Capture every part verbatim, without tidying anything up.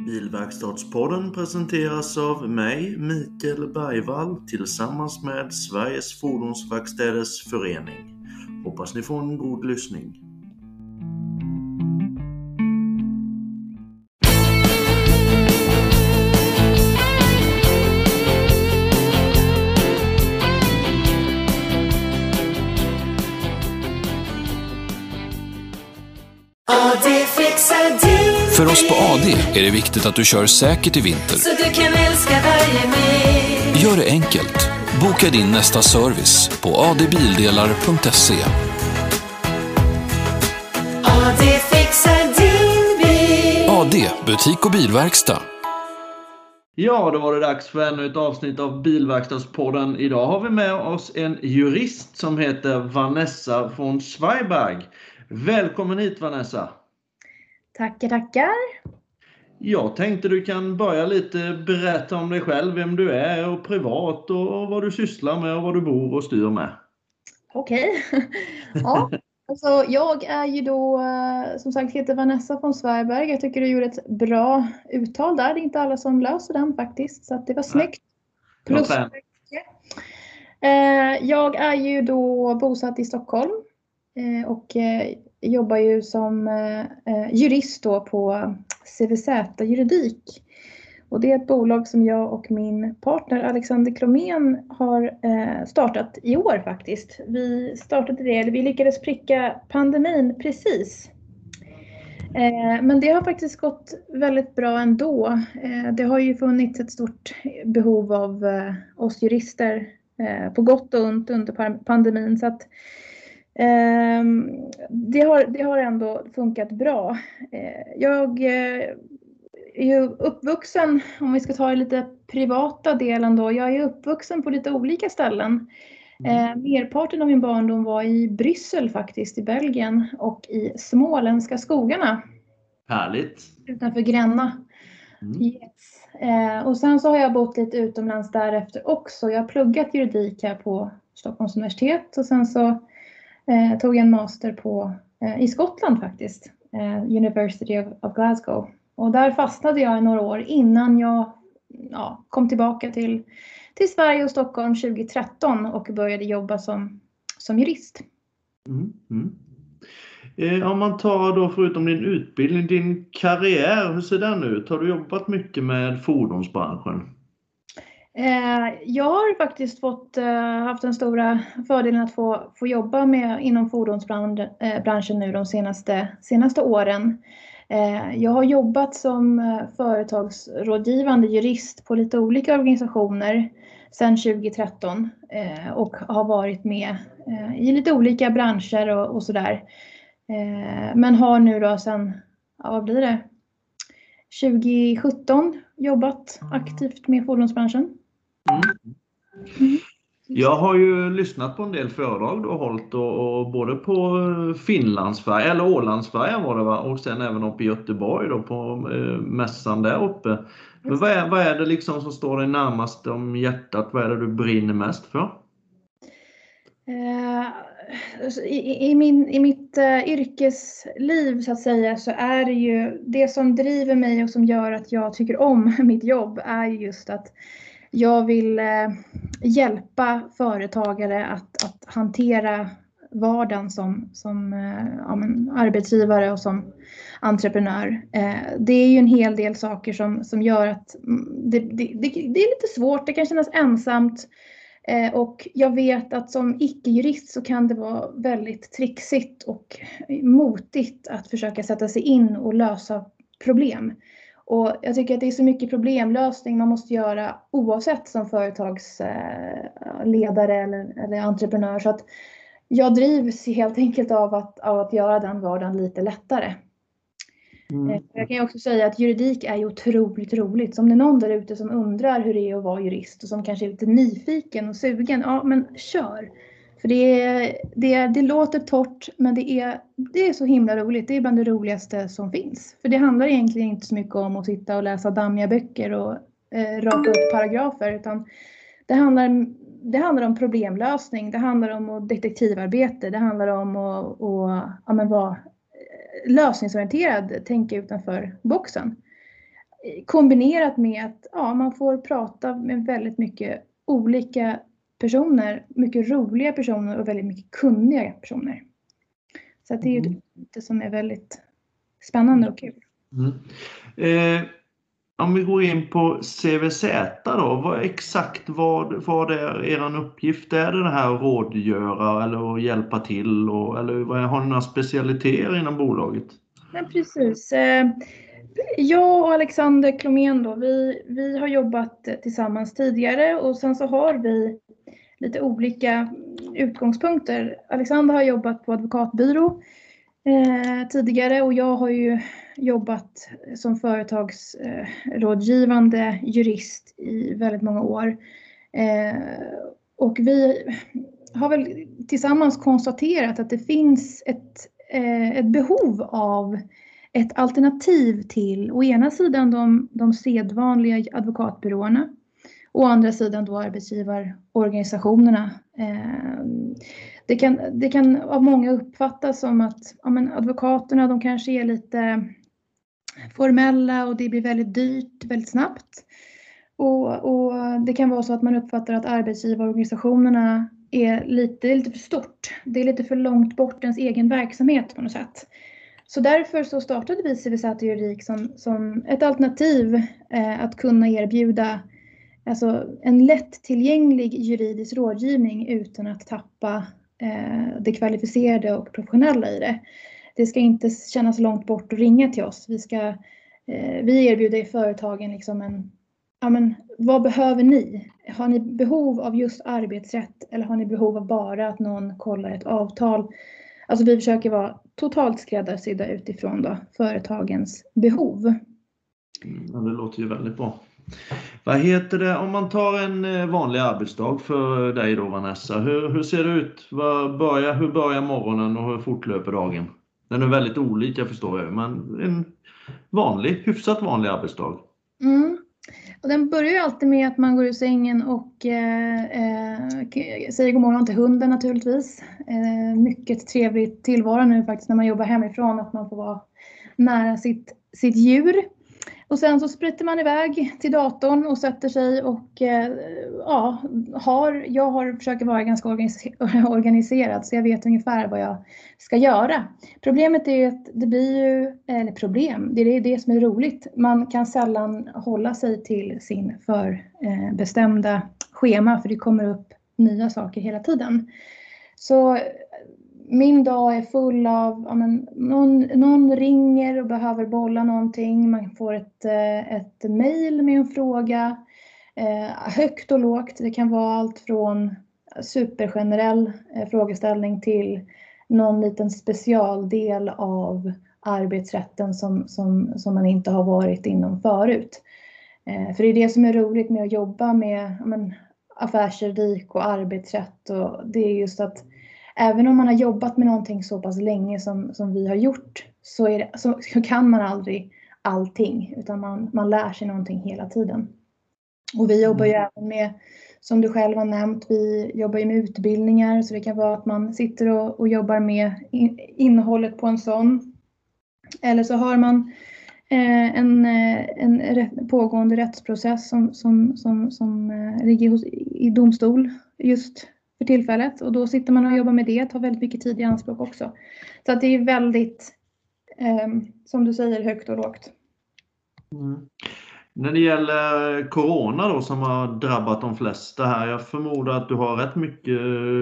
Bilverkstadspodden presenteras av mig, Mikael Bergvall, tillsammans med Sveriges Fordonsverkstäders förening. Hoppas ni får en god lyssning. För oss på A D är det viktigt att du kör säkert i vinter. Så du kan älska varje mil. Gör det enkelt. Boka din nästa service på a d bildelar punkt se. A D fixar din bil. A D, butik och bilverkstad. Ja, då var det dags för ännu ett avsnitt av Bilverkstadspodden. Idag har vi med oss en jurist som heter Vanessa von Zweiberg. Välkommen hit, Vanessa. Tackar, tackar. Jag tänkte du kan börja lite berätta om dig själv, vem du är och privat och vad du sysslar med och vad du bor och styr med. Okej. Ja, alltså jag är ju då, som sagt, heter Vanessa von Zweiberg. Jag tycker du gjorde ett bra uttal där. Det är inte alla som löser den faktiskt, så att det var snyggt. Plus, jag är ju då bosatt i Stockholm och jobbar ju som eh, jurist då på C V Z Juridik. Och det är ett bolag som jag och min partner Alexander Klomén har eh, startat i år faktiskt. Vi startade det, eller vi lyckades pricka pandemin precis. Eh, men det har faktiskt gått väldigt bra ändå. Eh, det har ju funnits ett stort behov av eh, oss jurister eh, på gott och ont under pandemin, så att Um, det, har, det har ändå funkat bra. Uh, jag uh, är ju uppvuxen, om vi ska ta i lite privata delen då, jag är uppvuxen på lite olika ställen. Uh, merparten av min barndom var i Bryssel faktiskt, i Belgien, och i småländska skogarna. Härligt. Utanför Gränna. Mm. Yes. Uh, och sen så har jag bott lite utomlands därefter också. Jag har pluggat juridik här på Stockholms universitet och sen så Eh, tog en master på, eh, i Skottland faktiskt, eh, University of, of Glasgow. Och där fastnade jag i några år innan jag ja, kom tillbaka till, till Sverige och Stockholm tjugo-tretton och började jobba som, som jurist. Mm, mm. Eh, om man tar då förutom din utbildning, din karriär, hur ser den ut? Har du jobbat mycket med fordonsbranschen? Jag har faktiskt fått, haft den stora fördelen att få, få jobba med inom fordonsbranschen nu de senaste, senaste åren. Jag har jobbat som företagsrådgivande jurist på lite olika organisationer sedan tjugo-tretton och har varit med i lite olika branscher och, och sådär. Men har nu då sedan, ja, vad blir det, tjugo-sjutton jobbat aktivt med fordonsbranschen. Mm. Mm. Jag har ju lyssnat på en del föredrag du har hållit och, och både på Finlandsfärjan eller Ålandsfärjan var det, va? Och sen även uppe i Göteborg då på eh, mässan där uppe. Men vad är, vad är det liksom som står dig närmast om hjärtat? Vad är det du brinner mest för? Uh, i, i, min, I mitt uh, yrkesliv så att säga så är det ju det som driver mig och som gör att jag tycker om mitt jobb är just att jag vill eh, hjälpa företagare att, att hantera vardagen som, som eh, ja, men, arbetsgivare och som entreprenör. Eh, det är ju en hel del saker som, som gör att det, det, det, det är lite svårt, det kan kännas ensamt. Eh, och jag vet att som icke-jurist så kan det vara väldigt trixigt och motigt att försöka sätta sig in och lösa problem. Och jag tycker att det är så mycket problemlösning man måste göra oavsett som företagsledare eller, eller entreprenör. Så att jag drivs helt enkelt av att, av att göra den vardagen lite lättare. Mm. Jag kan ju också säga att juridik är ju otroligt roligt. Så om det är någon där ute som undrar hur det är att vara jurist och som kanske är lite nyfiken och sugen, ja men kör. För det, är, det, är, det låter torrt, men det är, det är så himla roligt. Det är bland det roligaste som finns. För det handlar egentligen inte så mycket om att sitta och läsa dammiga böcker och eh, raka upp paragrafer. Utan det handlar, det handlar om problemlösning. Det handlar om detektivarbete. Det handlar om att, att ja, men vara lösningsorienterad, tänka utanför boxen. kombinerat med att ja, man får prata med väldigt mycket olika personer, mycket roliga personer och väldigt mycket kunniga personer. Så att det är ju Mm. det som är väldigt spännande och kul. Mm. Eh, om vi går in på C V Z då, vad exakt vad, vad är er uppgift? Är det det här att rådgöra eller att hjälpa till? Och, eller vad, har ni några specialiteter inom bolaget? Ja, precis. Eh, Jag och Alexander Klomén då, vi, vi har jobbat tillsammans tidigare och sen så har vi lite olika utgångspunkter. Alexander har jobbat på advokatbyrå eh, tidigare och jag har ju jobbat som företagsrådgivande eh, jurist i väldigt många år. Eh, och vi har väl tillsammans konstaterat att det finns ett, eh, ett behov av ett alternativ till å ena sidan de, de sedvanliga advokatbyråerna och å andra sidan då arbetsgivarorganisationerna. Eh, det, kan, det kan av många uppfattas som att ja, men advokaterna de kanske är lite formella och det blir väldigt dyrt väldigt snabbt. Och, och det kan vara så att man uppfattar att arbetsgivarorganisationerna är lite, lite för stort. Det är lite för långt bort ens egen verksamhet på något sätt. Så därför så startade vi C V Z Juridik som, som ett alternativ eh, att kunna erbjuda alltså, en lättillgänglig juridisk rådgivning utan att tappa eh, det kvalificerade och professionella i det. Det ska inte kännas långt bort att ringa till oss. Vi, ska, eh, vi erbjuder i företagen liksom en, ja men vad behöver ni? Har ni behov av just arbetsrätt eller har ni behov av bara att någon kollar ett avtal? Alltså vi försöker vara totalt skräddarsydda utifrån då, företagens behov. Ja, det låter ju väldigt bra. Vad heter det, om man tar en vanlig arbetsdag för dig då Vanessa, hur, hur ser det ut? Vad börjar, hur börjar morgonen och hur fortlöper dagen? Den är väldigt olika förstår jag, men en vanlig, hyfsat vanlig arbetsdag. Mm. Och den börjar ju alltid med att man går ur sängen och eh, eh, säger god morgon till hunden naturligtvis. Eh, mycket trevligt tillvaro nu faktiskt när man jobbar hemifrån att man får vara nära sitt, sitt djur. Och sen så spritter man iväg till datorn och sätter sig och eh, ja, har, jag har försökt vara ganska organiserad så jag vet ungefär vad jag ska göra. Problemet är att det blir ju, eller problem, det är det som är roligt. Man kan sällan hålla sig till sin förbestämda schema för det kommer upp nya saker hela tiden. Så min dag är full av, ja, men, någon, någon ringer och behöver bolla någonting. Man får ett, ett mejl med en fråga. Eh, högt och lågt. Det kan vara allt från supergenerell eh, frågeställning till någon liten specialdel av arbetsrätten som, som, som man inte har varit inom förut. Eh, för det är det som är roligt med att jobba med ja, men, affärsjuridik och arbetsrätt. Och det är just att även om man har jobbat med någonting så pass länge som, som vi har gjort så, är det, så, så kan man aldrig allting utan man, man lär sig någonting hela tiden. Och vi jobbar ju mm. även med, som du själv har nämnt, vi jobbar ju med utbildningar så det kan vara att man sitter och, och jobbar med in, innehållet på en sån. Eller så har man eh, en, en rätt, pågående rättsprocess som, som, som, som eh, ligger hos, i domstol just för tillfället och då sitter man och jobbar med det, tar väldigt mycket tid i anspråk också. Så att det är väldigt, eh, som du säger, högt och lågt. Mm. När det gäller corona då som har drabbat de flesta här, jag förmodar att du har rätt mycket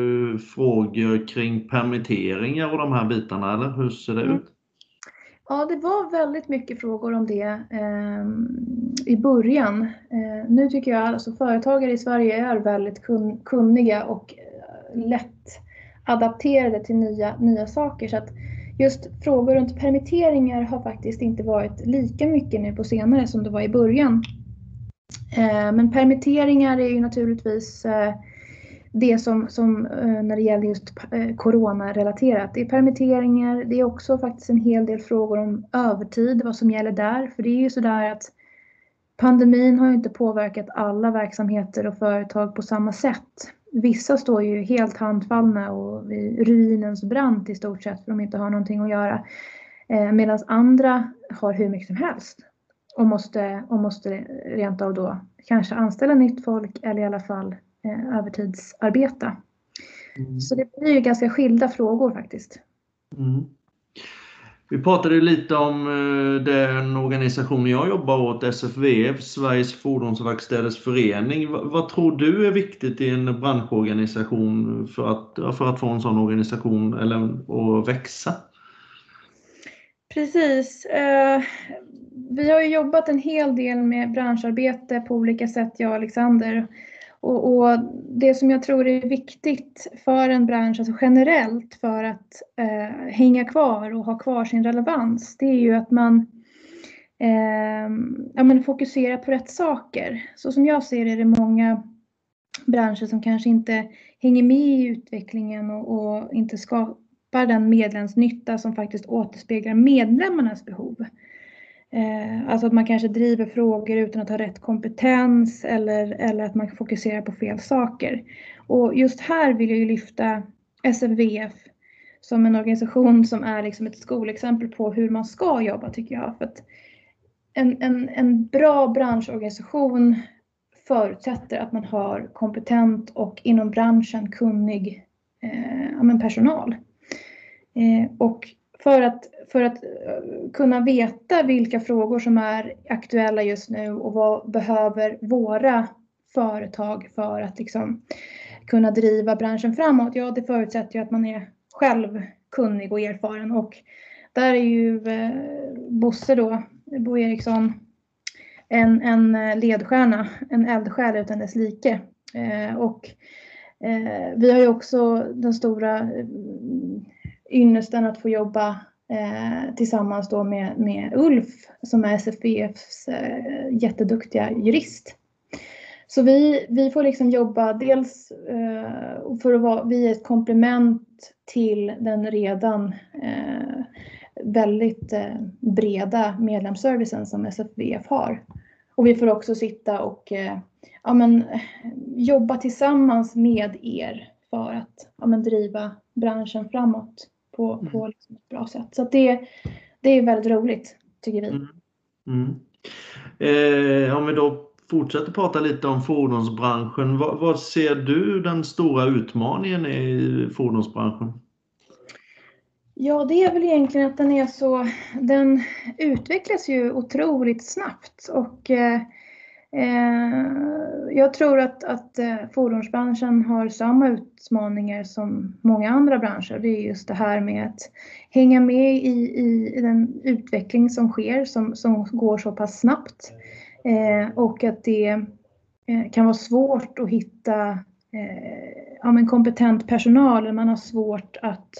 frågor kring permitteringar och de här bitarna, eller hur ser det mm. ut? Ja, det var väldigt mycket frågor om det eh, i början. Eh, nu tycker jag alltså företagare i Sverige är väldigt kun, kunniga och eh, lätt adapterade till nya, nya saker. Så att just frågor runt permitteringar har faktiskt inte varit lika mycket nu på senare som det var i början. Eh, men permitteringar är ju naturligtvis eh, det som, som eh, när det gäller just eh, corona-relaterat. Det är permitteringar, det är också faktiskt en hel del frågor om övertid, vad som gäller där. För det är ju sådär att pandemin har ju inte påverkat alla verksamheter och företag på samma sätt. Vissa står ju helt handfallna och vid ruinens brant i stort sett för de inte har någonting att göra. Eh, medan andra har hur mycket som helst. och, måste, och måste rent av då kanske anställa nytt folk eller i alla fall eh, övertidsarbeta. Mm. Så det blir ju ganska skilda frågor faktiskt. Mm. Vi pratade lite om den organisation jag jobbar åt, S F V F, Sveriges Fordonsverkstäders Förening. Vad tror du är viktigt i en branschorganisation för att, för att få en sån organisation eller att växa? Precis. Eh, vi har ju jobbat en hel del med branscharbete på olika sätt, jag och Alexander. Och, och det som jag tror är viktigt för en bransch, alltså generellt för att eh, hänga kvar och ha kvar sin relevans, det är ju att man eh, ja, men fokuserar på rätt saker. Så som jag ser det är det många branscher som kanske inte hänger med i utvecklingen och, och inte skapar den medlemsnytta som faktiskt återspeglar medlemmarnas behov. Eh, alltså att man kanske driver frågor utan att ha rätt kompetens eller, eller att man fokuserar på fel saker. Och just här vill jag ju lyfta S F V F som en organisation som är liksom ett skolexempel på hur man ska jobba, tycker jag. För att en, en, en bra branschorganisation förutsätter att man har kompetent och inom branschen kunnig eh, ja, men personal. Eh, och för att, för att kunna veta vilka frågor som är aktuella just nu och vad behöver våra företag för att liksom kunna driva branschen framåt. Ja, det förutsätter ju att man är själv kunnig och erfaren. Och där är ju eh, Bosse då, Bo Eriksson, en, en ledstjärna, en eldsjäl utan dess like. Eh, och eh, vi har ju också den stora eh, ynnesten att få jobba eh, tillsammans då med, med Ulf som är S F V F:s eh, jätteduktiga jurist. Så vi, vi får liksom jobba dels eh, för att vara, vi är ett komplement till den redan eh, väldigt eh, breda medlemsservicen som S F V F har. Och vi får också sitta och eh, ja, men, jobba tillsammans med er för att ja, men, driva branschen framåt på, mm. på liksom ett bra sätt. Så att det, det är väldigt roligt, tycker vi. Mm. Mm. Eh, om vi då fortsätter prata lite om fordonsbranschen. Vad, vad ser du den stora utmaningen i fordonsbranschen? Ja, det är väl egentligen att den är så, den utvecklas ju otroligt snabbt och eh, jag tror att, att eh, fordonsbranschen har samma utmaningar som många andra branscher. Det är just det här med att hänga med i, i, i den utveckling som sker, som, som går så pass snabbt eh, och att det eh, kan vara svårt att hitta eh, ja, men kompetent personal. Man har svårt att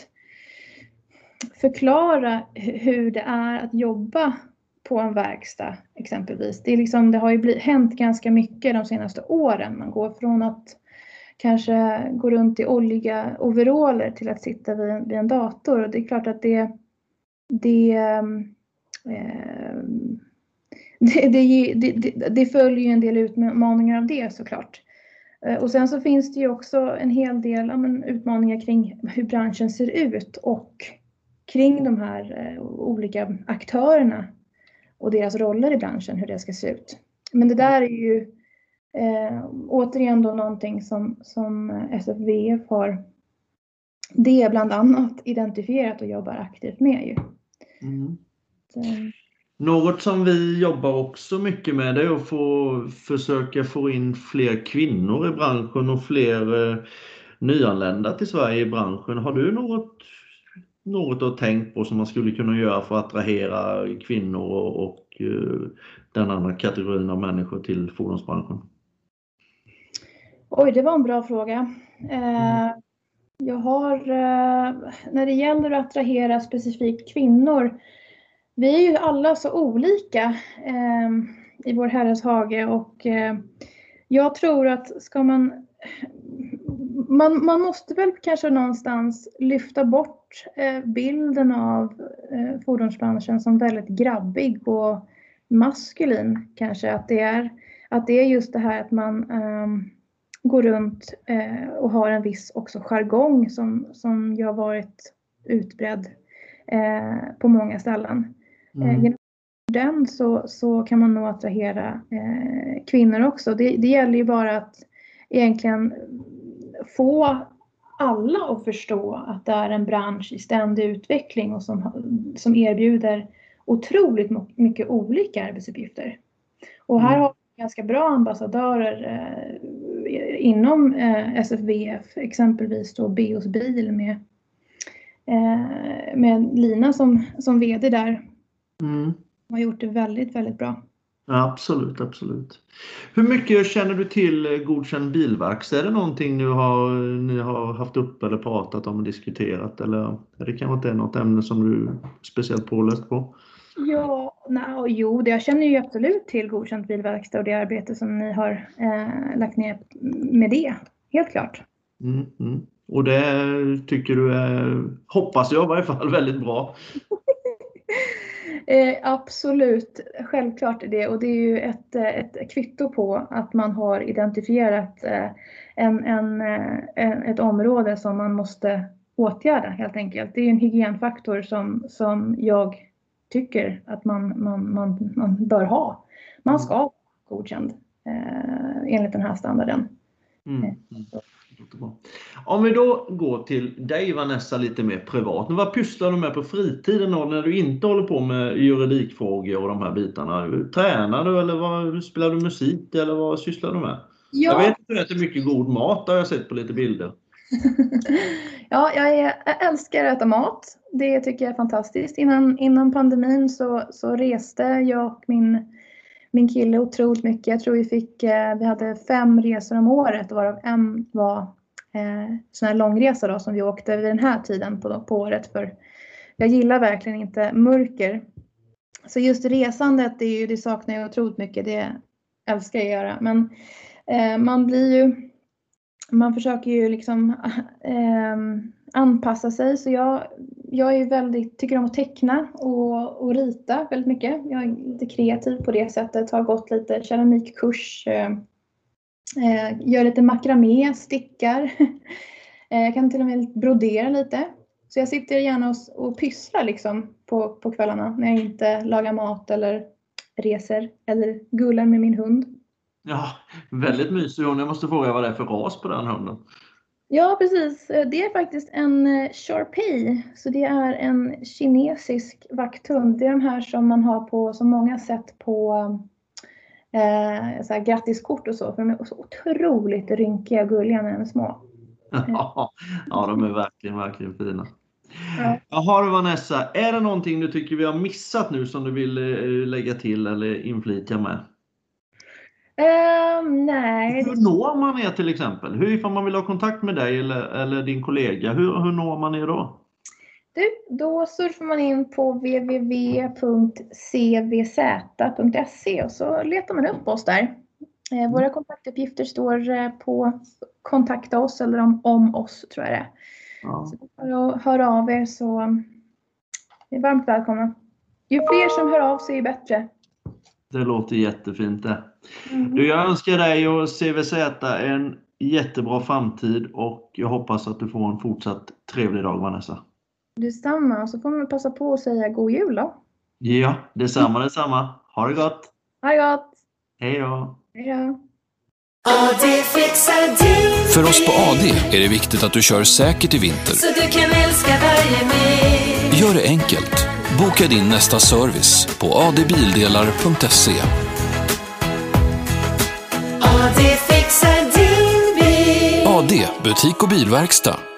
förklara hur det är att jobba på en verkstad exempelvis. Det, är liksom, det har ju blivit, hänt ganska mycket de senaste åren. Man går från att kanske gå runt i oljiga overaller till att sitta vid en, vid en dator. Och det är klart att det, det, eh, det, det, det, det följer ju en del utmaningar av det såklart. Och sen så finns det ju också en hel del ja, men, utmaningar kring hur branschen ser ut och kring de här eh, olika aktörerna och deras roller i branschen, hur det ska se ut. Men det där är ju eh, återigen då någonting som, som S F V F har det bland annat identifierat och jobbar aktivt med ju. Mm. Något som vi jobbar också mycket med det är att få försöka få in fler kvinnor i branschen och fler eh, nyanlända till Sverige i branschen. Har du något Något att tänka på som man skulle kunna göra för att attrahera kvinnor och, och uh, den andra kategorin av människor till fordonsbranschen? Oj, det var en bra fråga. Eh, mm. Jag har, eh, när det gäller att attrahera specifikt kvinnor, vi är ju alla så olika eh, i vår Herres hage och eh, jag tror att ska man Man, man måste väl kanske någonstans lyfta bort eh, bilden av eh, fordonsbranschen som väldigt grabbig och maskulin kanske. Att det är, att det är just det här att man eh, går runt eh, och har en viss också jargong som, som ju har varit utbredd eh, på många ställen. Mm. Eh, den så, så kan man nog attrahera eh, kvinnor också. Det, det gäller ju bara att egentligen få alla att förstå att det är en bransch i ständig utveckling och som, som erbjuder otroligt mycket olika arbetsuppgifter. Och här mm. har vi ganska bra ambassadörer eh, inom eh, S F V F, exempelvis då Beos bil med, eh, med Lina som, som vd där. Mm. De har gjort det väldigt, väldigt bra. Ja, absolut, absolut. Hur mycket känner du till Godkänd bilverkstad? Är det någonting nu har, ni har haft upp eller pratat om och diskuterat? Eller är det kanske inte något ämne som du är speciellt påläst på? Ja, nej, jo, det jag känner ju absolut till Godkänd bilverkstad och det arbete som ni har eh, lagt ner med det. Helt klart. Mm, mm. Och det tycker du är, hoppas jag i varje fall, väldigt bra. Eh, absolut, självklart är det, och det är ju ett, ett kvitto på att man har identifierat eh, en, en, en, ett område som man måste åtgärda helt enkelt. Det är en hygienfaktor som, som jag tycker att man, man, man, man bör ha. Man ska vara godkänd eh, enligt den här standarden. Mm. Mm. Om vi då går till dig, Vanessa, lite mer privat. Vad pysslar du med på fritiden då, när du inte håller på med juridikfrågor och de här bitarna? Tränar du eller vad, spelar du musik eller vad sysslar du med? Ja. Jag vet att du äter mycket god mat, har jag sett på lite bilder. Ja, jag, är, jag älskar att äta mat. Det tycker jag är fantastiskt. Innan, innan pandemin så, så reste jag och min, min kille otroligt mycket. Jag tror vi fick, vi hade fem resor om året, varav en var eh, sån här långresa då, som vi åkte vid den här tiden på, på året. För jag gillar verkligen inte mörker. Så just resandet, det, är ju, det saknar jag otroligt mycket. Det älskar jag göra. Men eh, man blir ju... Man försöker ju liksom eh, anpassa sig, så jag, jag är väldigt, tycker om att teckna och, och rita väldigt mycket. Jag är lite kreativ på det sättet, har gått lite keramikkurs, eh, gör lite makramé, stickar, eh, kan till och med brodera lite. Så jag sitter gärna och, och pysslar liksom på, på kvällarna när jag inte lagar mat eller reser eller gullar med min hund. Ja, väldigt mysig hund. Jag måste fråga vad det är för ras på den hunden. Ja, precis. Det är faktiskt en Shar-Pei. Så det är en kinesisk vakthund. Det är de här som man har på så många sätt på eh, så här grattiskort och så. För de är så otroligt rynkiga och gulliga när de är små. Ja, de är verkligen, verkligen fina. Ja. Jaha du Vanessa, är det någonting du tycker vi har missat nu som du vill lägga till eller inflika med? Um, nej. Hur når man er till exempel? Hur ifall man vill ha kontakt med dig eller, eller din kollega? Hur, hur når man er då? Du, då surfar man in på w w w punkt c v z punkt s e och så letar man upp oss där. Eh, våra kontaktuppgifter står på kontakta oss eller om, om oss, tror jag det. Ja. Så för att höra av er så är varmt välkomna. Ju fler som hör av sig är bättre. Det låter jättefint det. Mm. Du, jag önskar dig och C V Z en jättebra framtid och jag hoppas att du får en fortsatt trevlig dag, Vanessa. Detsamma, så får man passa på att säga god jul då. Ja, detsamma, detsamma. Ha det gott. Ha det gott. Hej då. Hej då. A D fixar din. För oss på A D är det viktigt att du kör säkert i vinter. Så du kan älska varje mil. Gör det enkelt. Boka din nästa service på a d bildelar punkt se. A D fixar din bil. A D, butik och bilverkstad.